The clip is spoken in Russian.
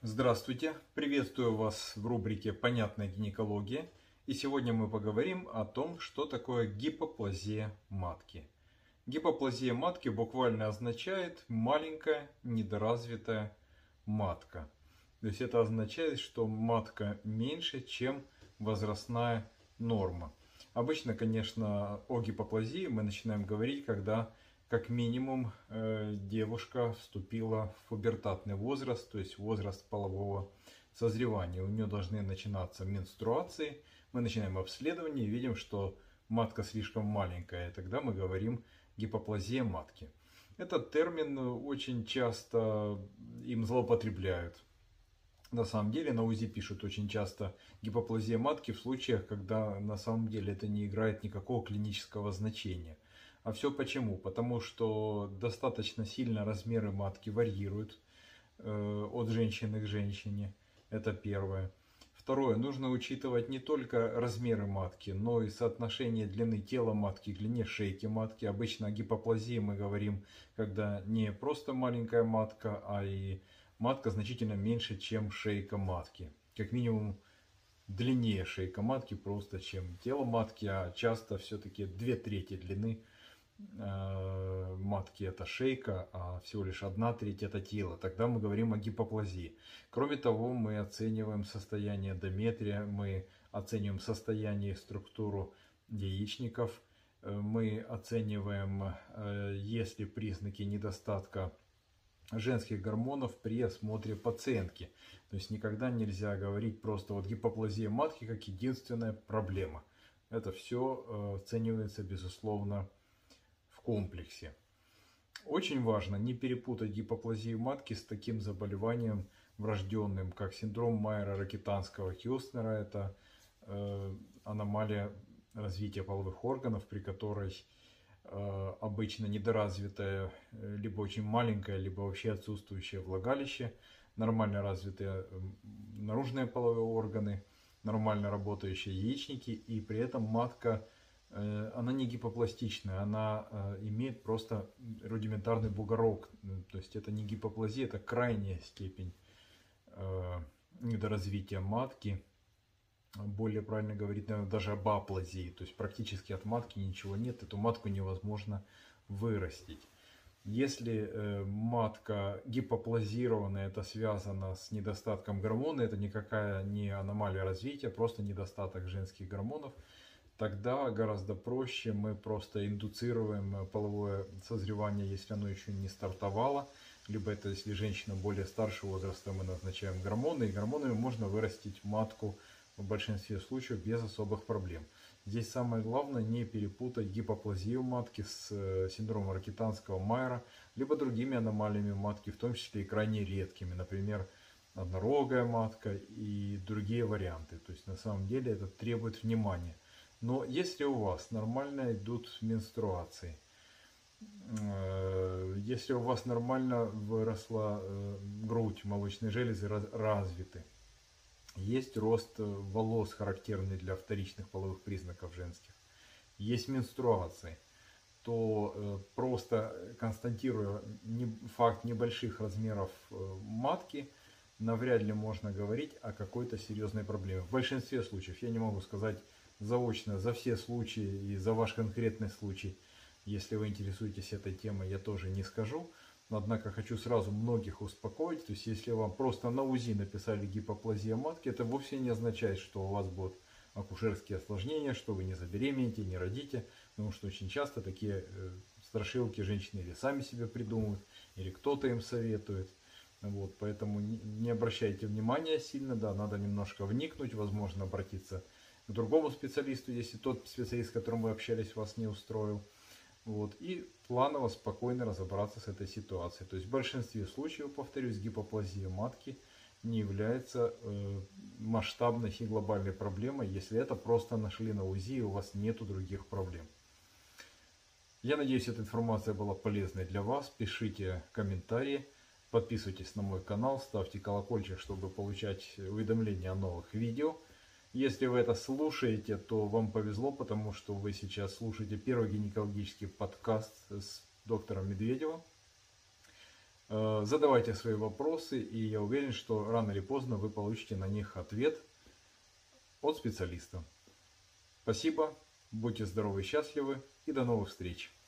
Здравствуйте! Приветствую вас в рубрике «Понятная гинекология». И сегодня мы поговорим о том, что такое гипоплазия матки. Гипоплазия матки буквально означает маленькая недоразвитая матка. То есть это означает, что матка меньше, чем возрастная норма. Обычно, конечно, о гипоплазии мы начинаем говорить, когда как минимум девушка вступила в пубертатный возраст, то есть возраст полового созревания. У нее должны начинаться менструации. Мы начинаем обследование и видим, что матка слишком маленькая. Тогда мы говорим гипоплазия матки. Этот термин очень часто им злоупотребляют. На самом деле на УЗИ пишут очень часто гипоплазия матки в случаях, когда на самом деле это не играет никакого клинического значения. А все почему? Потому что достаточно сильно размеры матки варьируют от женщины к женщине. Это первое. Второе. Нужно учитывать не только размеры матки, но и соотношение длины тела матки к длине шейки матки. Обычно о гипоплазии мы говорим, когда не просто маленькая матка, а и матка значительно меньше, чем шейка матки. Как минимум длиннее шейка матки просто, чем тело матки, а часто все-таки 2/3 длины матки это шейка, а всего лишь 1/3 это тело. Тогда мы говорим о гипоплазии. Кроме того, мы оцениваем состояние эндометрия, мы оцениваем состояние и структуру яичников, мы оцениваем, есть ли признаки недостатка женских гормонов при осмотре пациентки. То есть никогда нельзя говорить просто вот гипоплазия матки как единственная проблема. Это все оценивается безусловно в комплексе. Очень важно не перепутать гипоплазию матки с таким заболеванием врожденным, как синдром Майера-Рокитанского-Кюстнера. Это аномалия развития половых органов, при которой обычно недоразвитое, либо очень маленькое, либо вообще отсутствующее влагалище, нормально развитые наружные половые органы, нормально работающие яичники, и при этом матка, она не гипопластичная, она имеет просто рудиментарный бугорок. То есть это не гипоплазия, это крайняя степень недоразвития матки. Более правильно говорить, наверное, даже об аплазии. То есть практически от матки ничего нет, эту матку невозможно вырастить. Если матка гипоплазированная, это связано с недостатком гормона, это никакая не аномалия развития, просто недостаток женских гормонов, тогда гораздо проще, мы просто индуцируем половое созревание, если оно еще не стартовало, либо это если женщина более старшего возраста, мы назначаем гормоны, и гормонами можно вырастить матку в большинстве случаев без особых проблем. Здесь самое главное не перепутать гипоплазию матки с синдромом Рокитанского-Майера, либо другими аномалиями матки, в том числе и крайне редкими, например, однорогая матка и другие варианты. То есть на самом деле это требует внимания. Но если у вас нормально идут менструации, если у вас нормально выросла грудь, молочные железы развиты, есть рост волос, характерный для вторичных половых признаков женских, есть менструации, то просто констатируя факт небольших размеров матки, навряд ли можно говорить о какой-то серьезной проблеме. В большинстве случаев, я не могу сказать заочно за все случаи и за ваш конкретный случай, если вы интересуетесь этой темой, я тоже не скажу. Однако хочу сразу многих успокоить, то есть если вам просто на УЗИ написали гипоплазия матки, это вовсе не означает, что у вас будут акушерские осложнения, что вы не забеременеете, не родите, потому что очень часто такие страшилки женщины или сами себе придумывают, или кто-то им советует. Вот, поэтому не обращайте внимания сильно, да, надо немножко вникнуть, возможно обратиться к другому специалисту, если тот специалист, с которым вы общались, вас не устроил. Вот, и планово, спокойно разобраться с этой ситуацией. То есть в большинстве случаев, повторюсь, гипоплазия матки не является масштабной и глобальной проблемой, если это просто нашли на УЗИ и у вас нету других проблем. Я надеюсь, эта информация была полезной для вас. Пишите комментарии, подписывайтесь на мой канал, ставьте колокольчик, чтобы получать уведомления о новых видео. Если вы это слушаете, то вам повезло, потому что вы сейчас слушаете первый гинекологический подкаст с доктором Медведевым. Задавайте свои вопросы, и я уверен, что рано или поздно вы получите на них ответ от специалиста. Спасибо, будьте здоровы и счастливы, и до новых встреч!